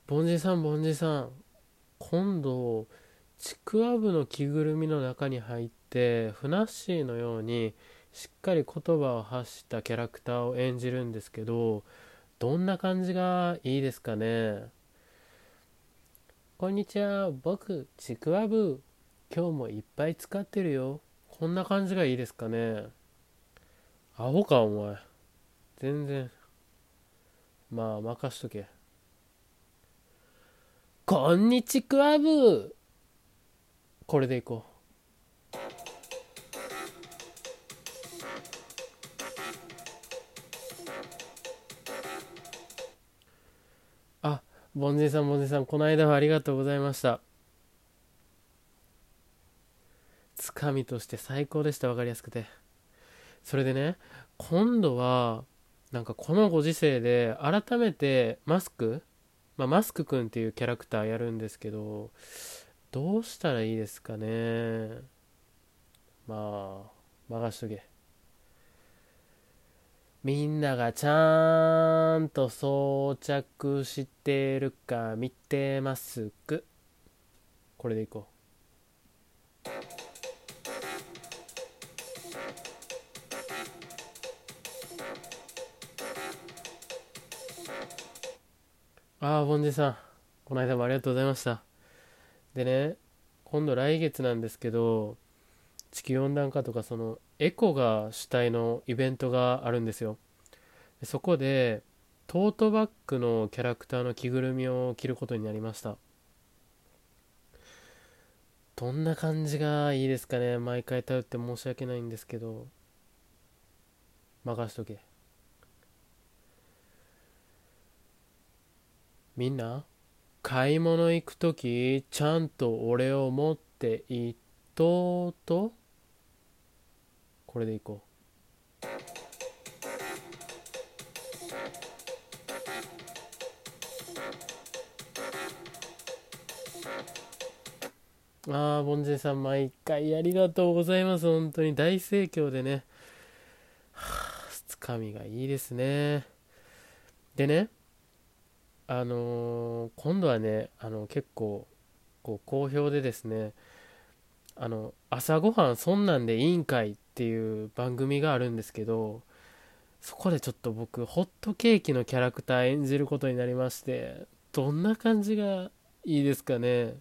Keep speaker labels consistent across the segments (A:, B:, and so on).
A: 凡人さん、今度、ちくわぶの着ぐるみの中に入って、ふなっしーのように、しっかり言葉を発したキャラクターを演じるんですけど、どんな感じがいいですかね。こんにちは、僕、ちくわぶ。今日もいっぱい使ってるよ。こんな感じがいいですかね。アホか、お前。全然。まあ、任しとけ。こんにちくわぶ。これでいこう。あ、凡人さん、この間はありがとうございました。つかみとして最高でした。わかりやすくて。それでね、今度は、なんかこのご時世で、改めてマスクくんっていうキャラクターやるんですけど、どうしたらいいですかね。まあ、任しとけ。みんながちゃんと装着してるか見てますく。これでいこう。ああ、ボンジさん。この間もありがとうございました。でね、今度来月なんですけど、地球温暖化とかそのエコが主体のイベントがあるんですよ。でそこでトートバッグのキャラクターの着ぐるみを着ることになりました。どんな感じがいいですかね。毎回頼って申し訳ないんですけど、任しとけ。みんな買い物行くときちゃんと俺を持っていっと。これでいこう。ああ、凡人さん毎回ありがとうございます。本当に大盛況でね、つかみがいいですね。でね、今度はね、結構こう好評でですね、朝ごはんそんなんでいいんかいっていう番組があるんですけど、そこでちょっと僕ホットケーキのキャラクター演じることになりまして、どんな感じがいいですかね。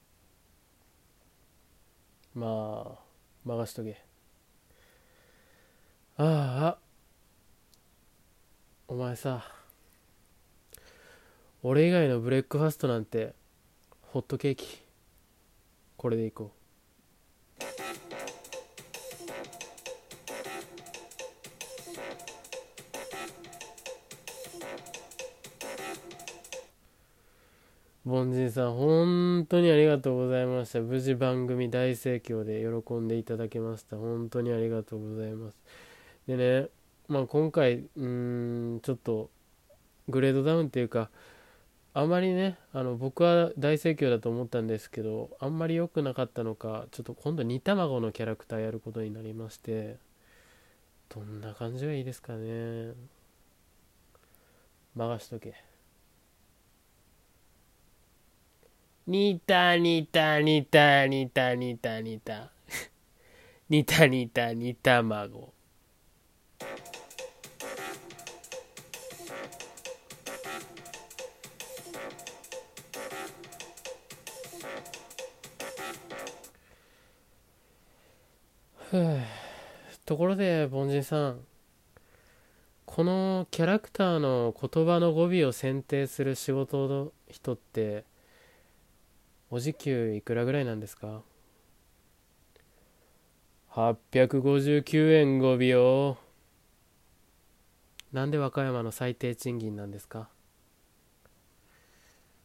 A: まあ、任しとけ。ああ、お前さ、俺以外のブレックファストなんてホットケーキ、これでいこう。凡人さん本当にありがとうございました。無事番組大盛況で喜んでいただけました。本当にありがとうございます。でね、まあ今回ちょっとグレードダウンっていうか、あまりね、僕は大盛況だと思ったんですけど、あんまり良くなかったのか、ちょっと今度煮卵のキャラクターやることになりまして、どんな感じがいいですかね。任しとけ。煮た煮た煮た煮た煮た煮た煮た煮た煮卵。ところで凡人さん、このキャラクターの言葉の語尾を選定する仕事の人ってお時給いくらぐらいなんですか？ 859 円語尾よ。なんで和歌山の最低賃金なんですか？